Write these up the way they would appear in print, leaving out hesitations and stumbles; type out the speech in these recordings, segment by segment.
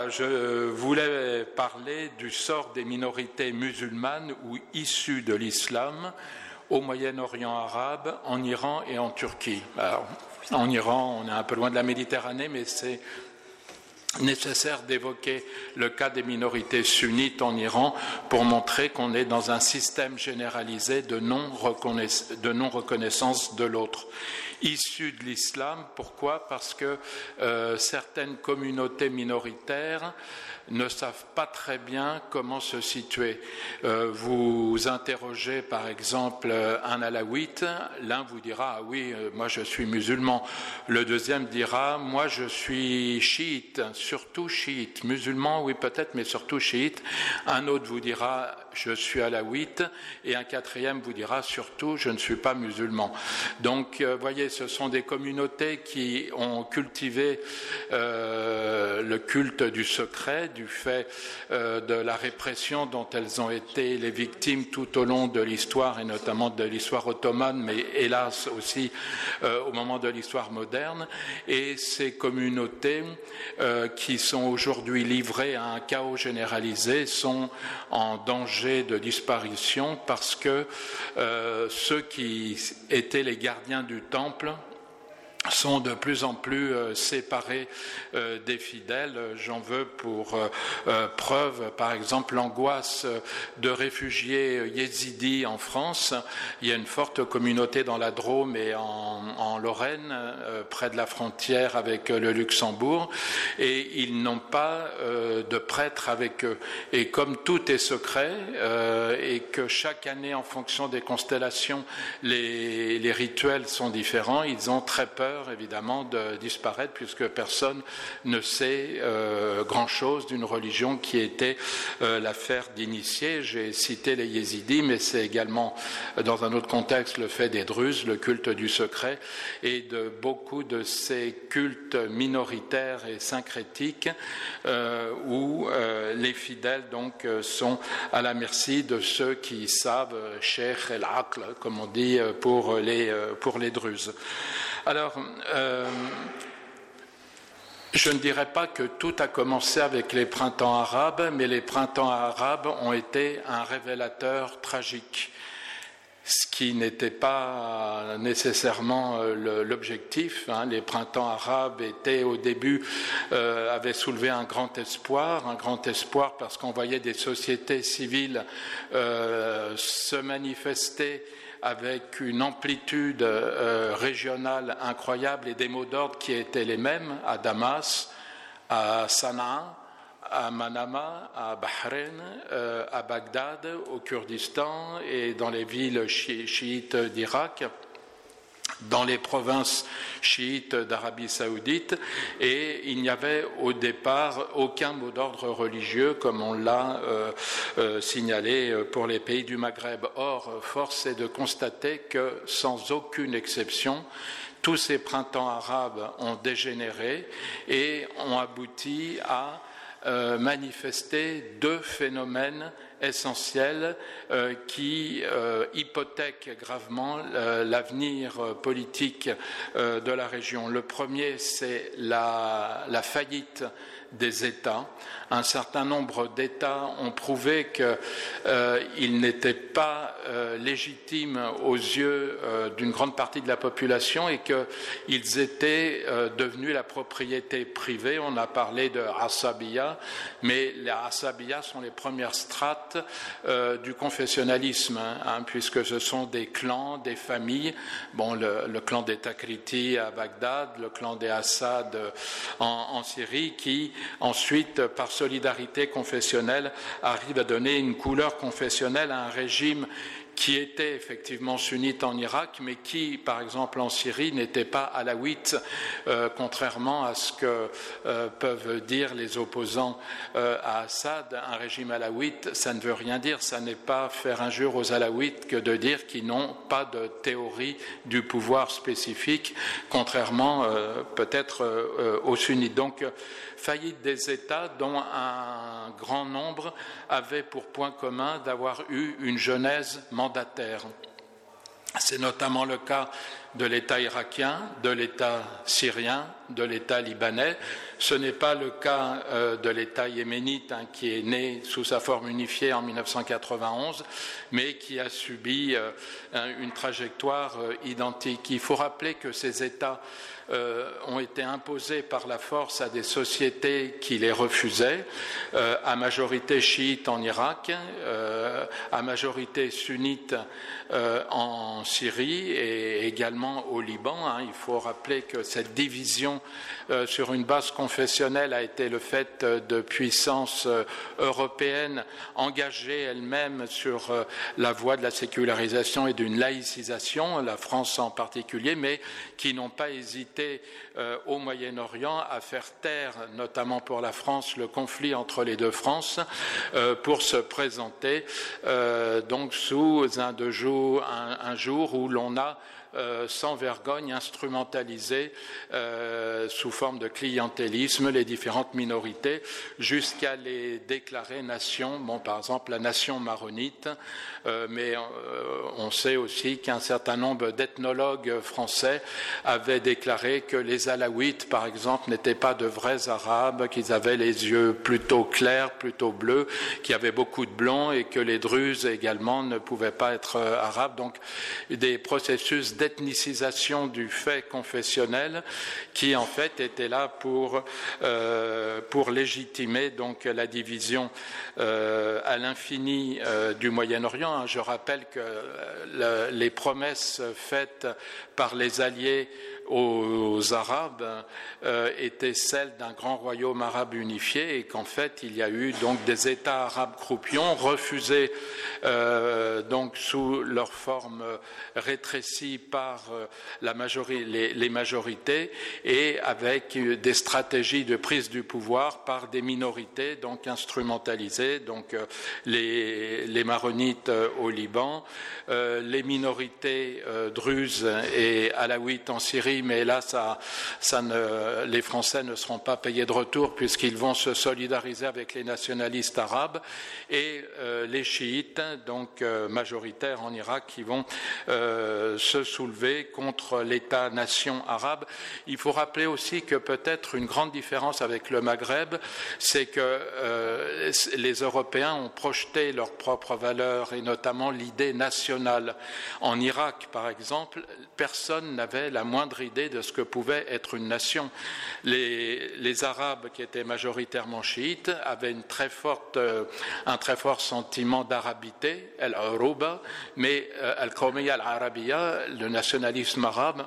Je voulais parler du sort des minorités musulmanes ou issues de l'islam au Moyen-Orient arabe, en Iran et en Turquie. Alors, en Iran, on est un peu loin de la Méditerranée, mais c'est nécessaire d'évoquer le cas des minorités sunnites en Iran pour montrer qu'on est dans un système généralisé de non-reconnaissance de l'autre. Issus de l'islam, pourquoi ? Parce que certaines communautés minoritaires ne savent pas très bien comment se situer. Vous interrogez par exemple un alaouite, l'un vous dira « Ah oui, moi je suis musulman ». Le deuxième dira « Moi je suis chiite, surtout chiite, musulman, oui peut-être, mais surtout chiite ». Un autre vous dira « Je suis alaouite » et un quatrième vous dira « Surtout, je ne suis pas musulman ». Donc, voyez, ce sont des communautés qui ont cultivé le culte du secret, du fait de la répression dont elles ont été les victimes tout au long de l'histoire, et notamment de l'histoire ottomane, mais hélas aussi au moment de l'histoire moderne. Et ces communautés qui sont aujourd'hui livrées à un chaos généralisé sont en danger de disparition parce que ceux qui étaient les gardiens du temple sont de plus en plus séparés des fidèles. J'en veux pour preuve, par exemple, l'angoisse de réfugiés yézidis en France. Il y a une forte communauté dans la Drôme et en Lorraine, près de la frontière avec le Luxembourg, et ils n'ont pas de prêtre avec eux. Et comme tout est secret, et que chaque année, en fonction des constellations, les rituels sont différents, ils ont très peur évidemment de disparaître puisque personne ne sait grand-chose d'une religion qui était l'affaire d'initiés. J'ai cité les yézidis, mais c'est également dans un autre contexte le fait des druzes, le culte du secret, et de beaucoup de ces cultes minoritaires et syncrétiques où les fidèles donc sont à la merci de ceux qui savent Sheikh el-Aql, comme on dit pour les druzes. Alors, je ne dirais pas que tout a commencé avec les printemps arabes, mais les printemps arabes ont été un révélateur tragique, ce qui n'était pas nécessairement l'objectif. Les printemps arabes étaient au début, avaient soulevé un grand espoir parce qu'on voyait des sociétés civiles se manifester avec une amplitude régionale incroyable et des mots d'ordre qui étaient les mêmes à Damas, à Sanaa, à Manama, à Bahreïn, à Bagdad, au Kurdistan et dans les villes chiites d'Irak, dans les provinces chiites d'Arabie saoudite, et il n'y avait au départ aucun mot d'ordre religieux comme on l'a signalé pour les pays du Maghreb. Or, force est de constater que sans aucune exception, tous ces printemps arabes ont dégénéré et ont abouti à manifester deux phénomènes essentiels qui hypothèquent gravement l'avenir politique de la région. Le premier, c'est la faillite des États. Un certain nombre d'États ont prouvé qu'ils n'étaient pas légitimes aux yeux d'une grande partie de la population et qu'ils étaient devenus la propriété privée. On a parlé de Assabiya, mais les Assabiya sont les premières strates du confessionnalisme, puisque ce sont des clans, des familles. Bon, le clan des Takriti à Bagdad, le clan des Assad en Syrie, qui ensuite, par solidarité confessionnelle, arrive à donner une couleur confessionnelle à un régime qui était effectivement sunnite en Irak, mais qui, par exemple en Syrie, n'était pas alaouite, contrairement à ce que peuvent dire les opposants à Assad. Un régime alaouite, ça ne veut rien dire, ça n'est pas faire injure aux alaouites que de dire qu'ils n'ont pas de théorie du pouvoir spécifique, contrairement peut-être aux sunnites. Donc, faillite des États dont un grand nombre avaient pour point commun d'avoir eu une genèse mandataire. C'est notamment le cas de l'État irakien, de l'État syrien, de l'État libanais. Ce n'est pas le cas de l'État yéménite qui est né sous sa forme unifiée en 1991, mais qui a subi une trajectoire identique. Il faut rappeler que ces États ont été imposés par la force à des sociétés qui les refusaient, à majorité chiite en Irak, à majorité sunnite en Syrie et également au Liban. Il faut rappeler que cette division sur une base confessionnelle a été le fait de puissances européennes engagées elles-mêmes sur la voie de la sécularisation et d'une laïcisation, la France en particulier, mais qui n'ont pas hésité au Moyen-Orient à faire taire, notamment pour la France, le conflit entre les deux Frances pour se présenter donc sous un jour où l'on a sans vergogne instrumentalisé sous forme de clientélisme les différentes minorités jusqu'à les déclarer nations, par exemple la nation maronite, mais on sait aussi qu'un certain nombre d'ethnologues français avaient déclaré que les Alaouites, par exemple, n'étaient pas de vrais Arabes, qu'ils avaient les yeux plutôt clairs, plutôt bleus, qu'il y avait beaucoup de blonds et que les Druzes également ne pouvaient pas être arabes. Donc des processus d'ethnicisation du fait confessionnel qui en fait était là pour légitimer donc la division à l'infini du Moyen-Orient. Je rappelle que les promesses faites par les alliés aux Arabes étaient celles d'un grand royaume arabe unifié et qu'en fait il y a eu donc des États arabes croupions refusés donc sous leur forme rétrécie par les majorités et avec des stratégies de prise du pouvoir par des minorités donc instrumentalisées, donc les maronites au Liban, les minorités druzes et alaouites en Syrie, mais là les Français ne seront pas payés de retour puisqu'ils vont se solidariser avec les nationalistes arabes et les chiites, donc majoritaires en Irak, qui vont se soulever contre l'État-nation arabe. Il faut rappeler aussi que peut-être une grande différence avec le Maghreb, c'est que les Européens ont projeté leurs propres valeurs et notamment l'idée nationale. En Irak, par exemple, personne n'avait la moindre idée de ce que pouvait être une nation. Les Arabes, qui étaient majoritairement chiites, avaient un très fort sentiment d'arabité, al-Uruba, mais al-Qawmiyya al-Arabiya, le nationalisme arabe,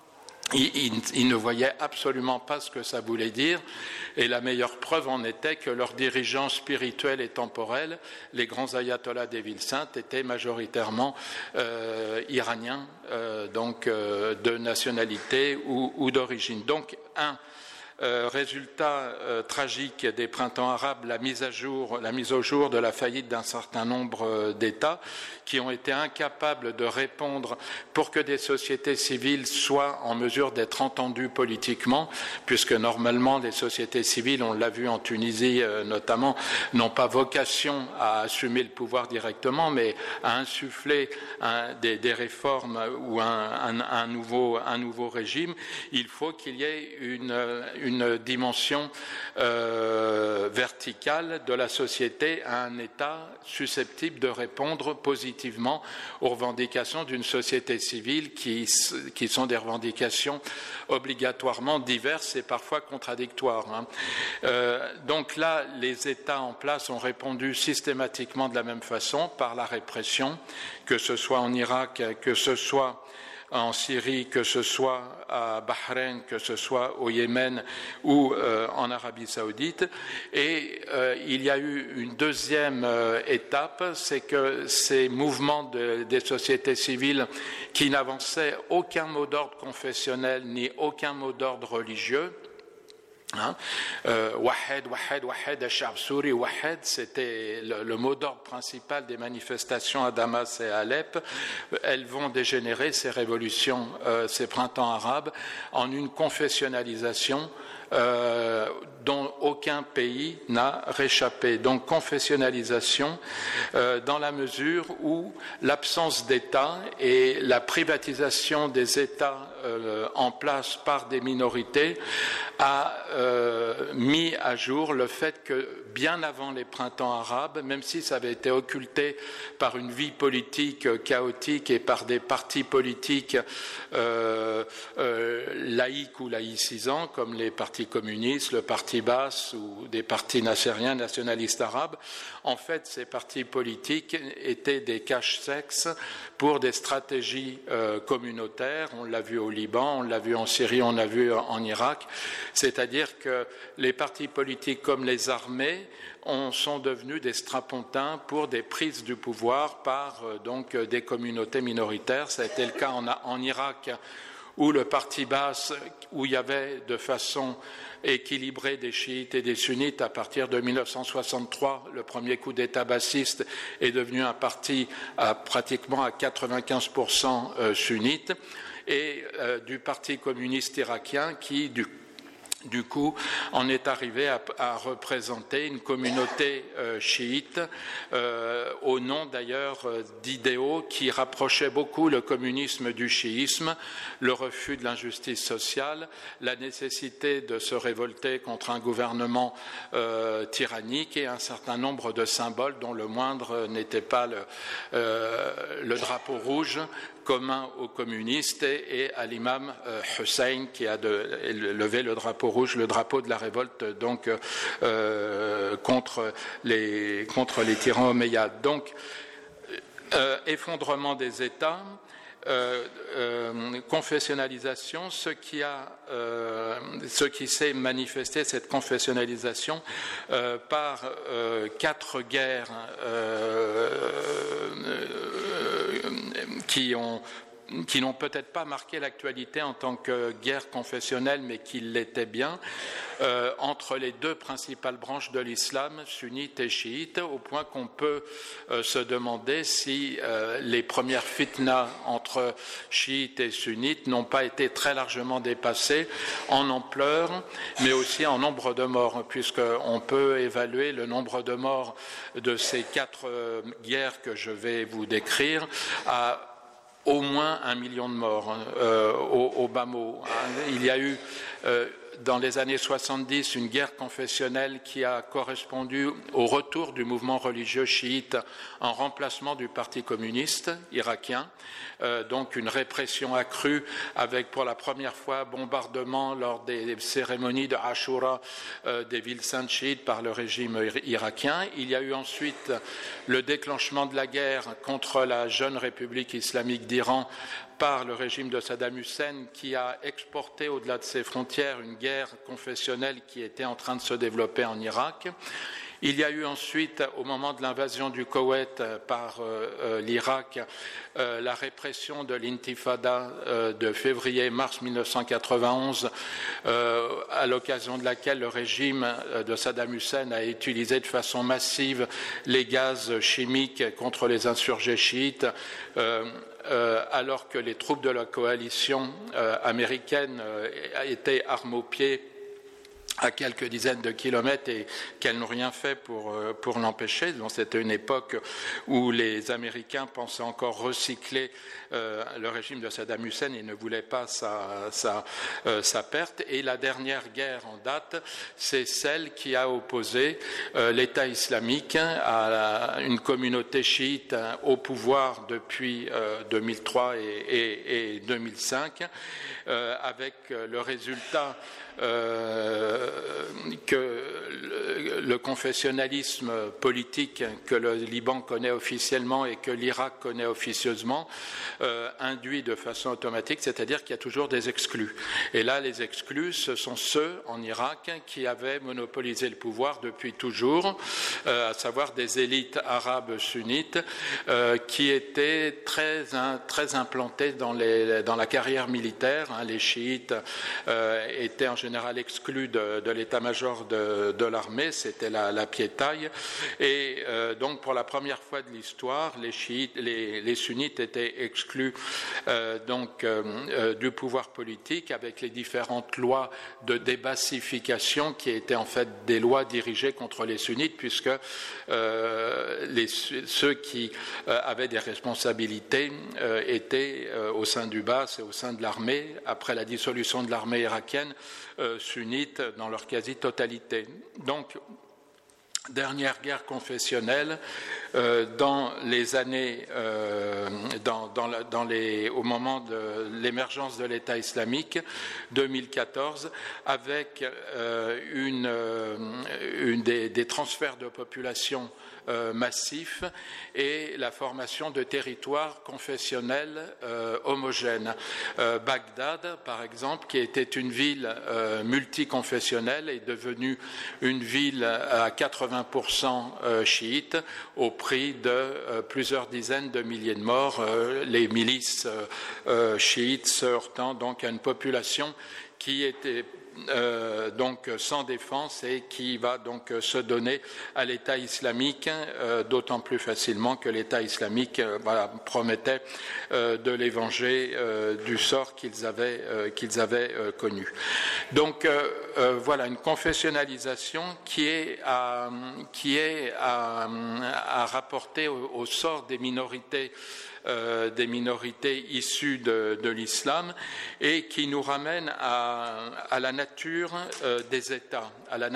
ils ne voyaient absolument pas ce que ça voulait dire et la meilleure preuve en était que leurs dirigeants spirituels et temporels, les grands ayatollahs des villes saintes, étaient majoritairement iraniens, donc de nationalité ou d'origine. Donc résultat tragique des printemps arabes, la mise au jour de la faillite d'un certain nombre d'États qui ont été incapables de répondre pour que des sociétés civiles soient en mesure d'être entendues politiquement, puisque normalement les sociétés civiles, on l'a vu en Tunisie notamment, n'ont pas vocation à assumer le pouvoir directement, mais à insuffler des réformes ou un nouveau régime. Il faut qu'il y ait une dimension verticale de la société à un État susceptible de répondre positivement aux revendications d'une société civile qui sont des revendications obligatoirement diverses et parfois contradictoires. Donc là, les États en place ont répondu systématiquement de la même façon par la répression, que ce soit en Irak, que ce soit en Syrie, que ce soit à Bahreïn, que ce soit au Yémen ou en Arabie Saoudite. Et il y a eu une deuxième étape, c'est que ces mouvements des sociétés civiles qui n'avançaient aucun mot d'ordre confessionnel ni aucun mot d'ordre religieux, Wahed al-Sha'b Souri, Wahed, c'était le mot d'ordre principal des manifestations à Damas et à Alep. Elles vont dégénérer, ces révolutions, ces printemps arabes, en une confessionnalisation dont aucun pays n'a réchappé. Donc confessionnalisation dans la mesure où l'absence d'État et la privatisation des États en place par des minorités a mis à jour le fait que bien avant les printemps arabes, même si ça avait été occulté par une vie politique chaotique et par des partis politiques laïques ou laïcisants, comme les partis communistes, le parti Baas ou des partis nassériens nationalistes arabes, en fait, ces partis politiques étaient des cache-sexes pour des stratégies communautaires. On l'a vu au Liban, on l'a vu en Syrie, on l'a vu en Irak. C'est-à-dire que les partis politiques comme les armées sont devenus des strapontins pour des prises du pouvoir par donc des communautés minoritaires. Ça a été le cas en Irak, où le parti Baas, où il y avait de façon équilibrée des chiites et des sunnites, à partir de 1963, le premier coup d'État bassiste est devenu un parti pratiquement à 95% sunnite, et du parti communiste irakien qui, du coup, on est arrivé à représenter une communauté chiite au nom d'ailleurs d'idéaux qui rapprochaient beaucoup le communisme du chiisme, le refus de l'injustice sociale, la nécessité de se révolter contre un gouvernement tyrannique et un certain nombre de symboles dont le moindre n'était pas le drapeau rouge commun aux communistes et à l'imam Hussein qui a levé le drapeau rouge, le drapeau de la révolte donc contre les tyrans omeyyades. Donc effondrement des États, confessionnalisation, ce qui s'est manifesté, cette confessionnalisation, par 4 guerres qui n'ont peut-être pas marqué l'actualité en tant que guerre confessionnelle, mais qui l'étaient bien, entre les 2 principales branches de l'islam, sunnites et chiites, au point qu'on peut se demander si les premières fitnas entre chiites et sunnites n'ont pas été très largement dépassées en ampleur, mais aussi en nombre de morts, puisqu'on peut évaluer le nombre de morts de ces 4 guerres que je vais vous décrire à au moins 1 million de morts au bas mot. Il y a eu dans les années 70 une guerre confessionnelle qui a correspondu au retour du mouvement religieux chiite en remplacement du parti communiste irakien, donc une répression accrue avec pour la première fois bombardement lors des cérémonies de Ashura des villes saintes chiites par le régime irakien. Il y a eu ensuite le déclenchement de la guerre contre la jeune République islamique d'Iran par le régime de Saddam Hussein qui a exporté au-delà de ses frontières une guerre confessionnelle qui était en train de se développer en Irak. Il y a eu ensuite, au moment de l'invasion du Koweït par l'Irak, la répression de l'intifada de février-mars 1991, à l'occasion de laquelle le régime de Saddam Hussein a utilisé de façon massive les gaz chimiques contre les insurgés chiites, alors que les troupes de la coalition américaine étaient armes aux pieds à quelques dizaines de kilomètres et qu'elles n'ont rien fait pour l'empêcher. Donc c'était une époque où les Américains pensaient encore recycler le régime de Saddam Hussein et ne voulaient pas sa perte. Et la dernière guerre en date, c'est celle qui a opposé l'État islamique à une communauté chiite au pouvoir depuis 2003 et 2005, avec le résultat que le confessionnalisme politique que le Liban connaît officiellement et que l'Irak connaît officieusement induit de façon automatique, c'est-à-dire qu'il y a toujours des exclus. Et là, les exclus, ce sont ceux en Irak qui avaient monopolisé le pouvoir depuis toujours, à savoir des élites arabes sunnites qui étaient très implantées dans la carrière militaire. Les chiites étaient en général exclus de l'état-major de l'armée, c'était la piétaille. Et donc pour la première fois de l'histoire, les sunnites étaient exclus du pouvoir politique avec les différentes lois de débassification qui étaient en fait des lois dirigées contre les sunnites, puisque ceux qui avaient des responsabilités étaient au sein du Baas et au sein de l'armée, après la dissolution de l'armée irakienne, sunnites dans leur quasi-totalité. Donc, dernière guerre confessionnelle dans les années, au moment de l'émergence de l'État islamique, 2014, avec des transferts de population massifs et la formation de territoires confessionnels homogènes. Bagdad, par exemple, qui était une ville multiconfessionnelle, est devenue une ville à 80% chiite au prix de plusieurs dizaines de milliers de morts, les milices chiites se heurtant donc à une population qui était donc sans défense et qui va donc se donner à l'État islamique, d'autant plus facilement que l'État islamique promettait de les venger du sort qu'ils avaient connu. Donc voilà une confessionnalisation qui est à rapporter au sort des minorités issues de l'islam et qui nous ramène à la nature des États,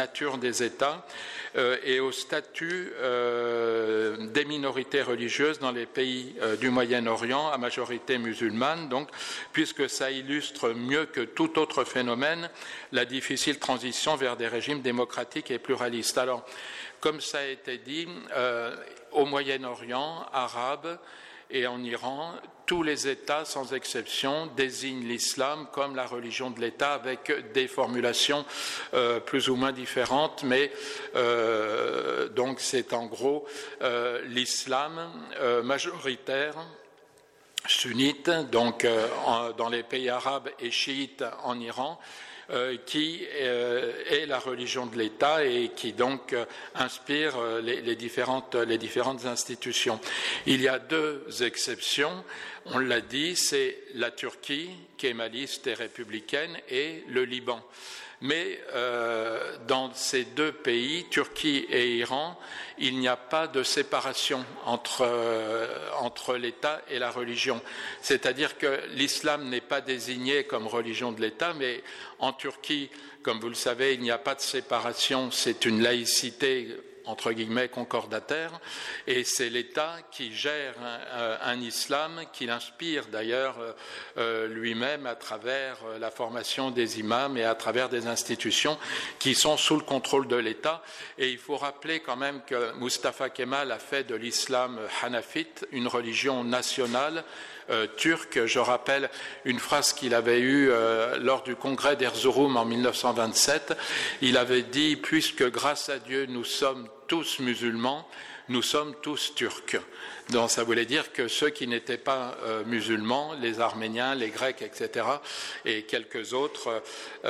et au statut des minorités religieuses dans les pays du Moyen-Orient à majorité musulmane, donc, puisque ça illustre mieux que tout autre phénomène la difficile transition vers des régimes démocratiques et pluralistes. Alors, comme ça a été dit, au Moyen-Orient arabe et en Iran, tous les États, sans exception, désignent l'islam comme la religion de l'État avec des formulations plus ou moins différentes, mais donc c'est en gros l'islam majoritaire sunnite, donc dans les pays arabes et chiites en Iran, qui est la religion de l'État et qui donc inspire les différentes institutions. Il y a deux exceptions, on l'a dit, c'est la Turquie, kémaliste et républicaine, et le Liban. Mais dans ces deux pays, Turquie et Iran, il n'y a pas de séparation entre l'État et la religion. C'est-à-dire que l'islam n'est pas désigné comme religion de l'État, mais en Turquie, comme vous le savez, il n'y a pas de séparation, c'est une laïcité entre guillemets concordataire, et c'est l'État qui gère un islam qu'il inspire d'ailleurs lui-même à travers la formation des imams et à travers des institutions qui sont sous le contrôle de l'État. Et il faut rappeler quand même que Mustafa Kemal a fait de l'islam hanafite une religion nationale turque. Je rappelle une phrase qu'il avait eue lors du congrès d'Erzurum en 1927. Il avait dit « Puisque grâce à Dieu nous sommes tous musulmans, nous sommes tous turcs ». Donc ça voulait dire que ceux qui n'étaient pas musulmans, les Arméniens, les Grecs, etc., et quelques autres,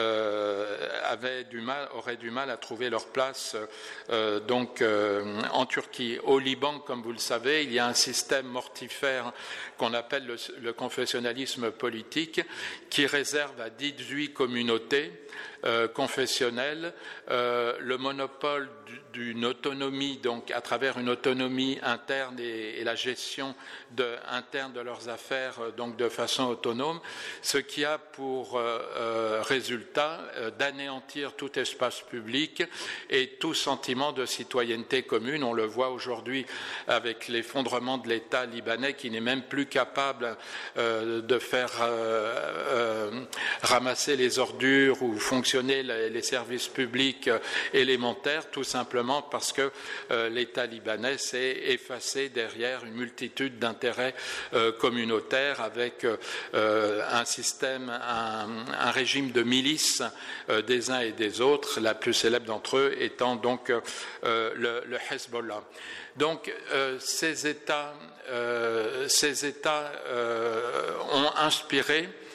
auraient du mal à trouver leur place en Turquie. Au Liban, comme vous le savez, il y a un système mortifère qu'on appelle le confessionnalisme politique, qui réserve à 18 communautés confessionnelles le monopole d'une autonomie, donc à travers une autonomie interne et la gestion interne de leurs affaires donc de façon autonome, ce qui a pour résultat d'anéantir tout espace public et tout sentiment de citoyenneté commune. On le voit aujourd'hui avec l'effondrement de l'État libanais qui n'est même plus capable de faire ramasser les ordures ou fonctionner les services publics élémentaires, tout simplement parce que l'État libanais s'est effacé derrière une multitude d'intérêts communautaires avec un système, un régime de milices des uns et des autres, la plus célèbre d'entre eux étant donc le Hezbollah. Donc ces États ont inspiré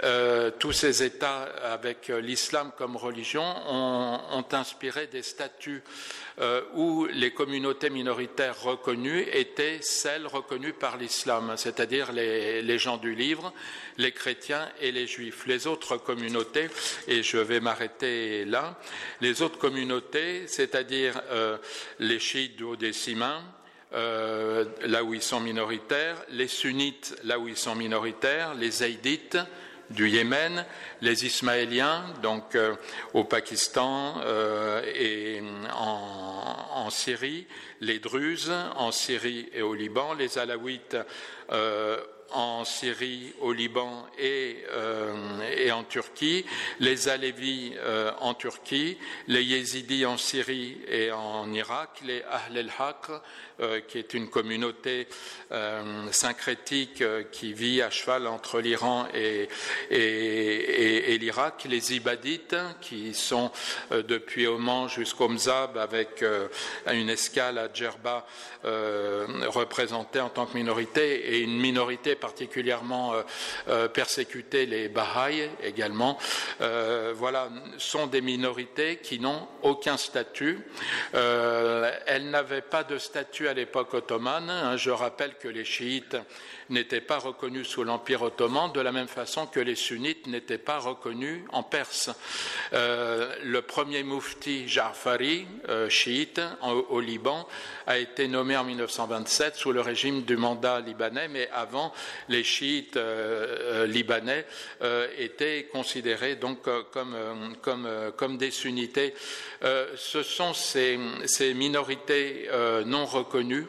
tous ces États avec l'islam comme religion ont inspiré des statuts où les communautés minoritaires reconnues étaient celles reconnues par l'islam, c'est-à-dire les gens du livre, les chrétiens et les juifs. Les autres communautés, et je vais m'arrêter là, les autres communautés, c'est-à-dire les chiites duodécimains, là où ils sont minoritaires, les sunnites, là où ils sont minoritaires, les zaïdites du Yémen, les ismaéliens, donc au Pakistan et en Syrie, les druzes en Syrie et au Liban, les alaouites en Syrie, au Liban et en Turquie, les Alévis en Turquie, les Yézidis en Syrie et en Irak, les Ahl el-Haqq, qui est une communauté syncrétique qui vit à cheval entre l'Iran et l'Irak, les Ibadites, qui sont depuis Oman jusqu'au Mzab avec une escale à Djerba représentée en tant que minorité, et une minorité particulièrement persécutée, les Bahaïs également. Voilà, sont des minorités qui n'ont aucun statut. Elles n'avaient pas de statut à l'époque ottomane. Je rappelle que les chiites n'étaient pas reconnus sous l'Empire ottoman, de la même façon que les sunnites n'étaient pas reconnus en Perse. Le premier moufti Ja'fari, chiite, au Liban, a été nommé en 1927 sous le régime du mandat libanais, mais avant, les chiites libanais étaient considérés donc comme des sunnités. Ce sont ces minorités non reconnues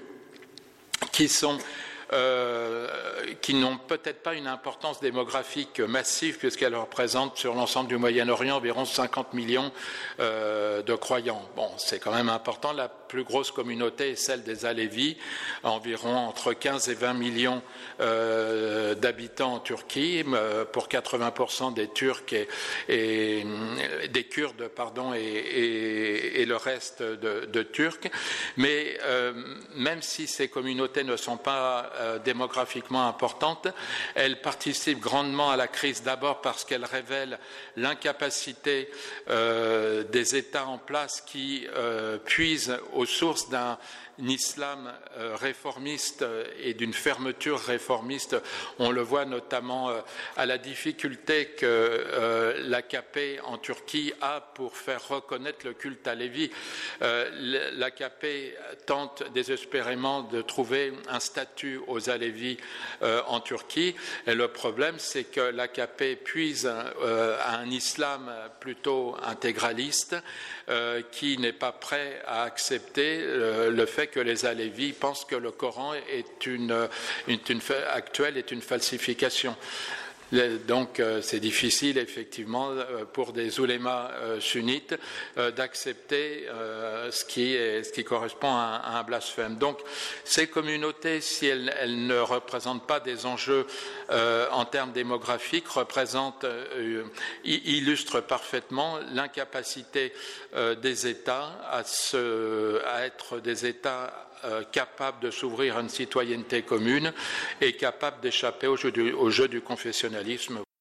qui n'ont peut-être pas une importance démographique massive, puisqu'elles représentent sur l'ensemble du Moyen-Orient environ 50 millions de croyants. Bon, c'est quand même important. La plus grosse communauté est celle des Alévis, environ entre 15 et 20 millions d'habitants en Turquie, pour 80% des Turcs et des Kurdes, pardon, et le reste de Turcs. Mais même si ces communautés ne sont pas démographiquement importantes, elles participent grandement à la crise, d'abord parce qu'elles révèlent l'incapacité des États en place qui puisent aux sources d'un islam réformiste et d'une fermeture réformiste. On le voit notamment à la difficulté que l'AKP en Turquie a pour faire reconnaître le culte alévi. L'AKP tente désespérément de trouver un statut aux Alévis en Turquie, et le problème c'est que l'AKP puise à un islam plutôt intégraliste qui n'est pas prêt à accepter le fait que les Alévis pensent que le Coran actuel est une falsification. Donc c'est difficile effectivement pour des oulémas sunnites d'accepter ce qui correspond à un blasphème. Donc ces communautés, si elles ne représentent pas des enjeux en termes démographiques, illustrent parfaitement l'incapacité des États à être des États capables de s'ouvrir à une citoyenneté commune et capables d'échapper au jeu du confessionnalisme.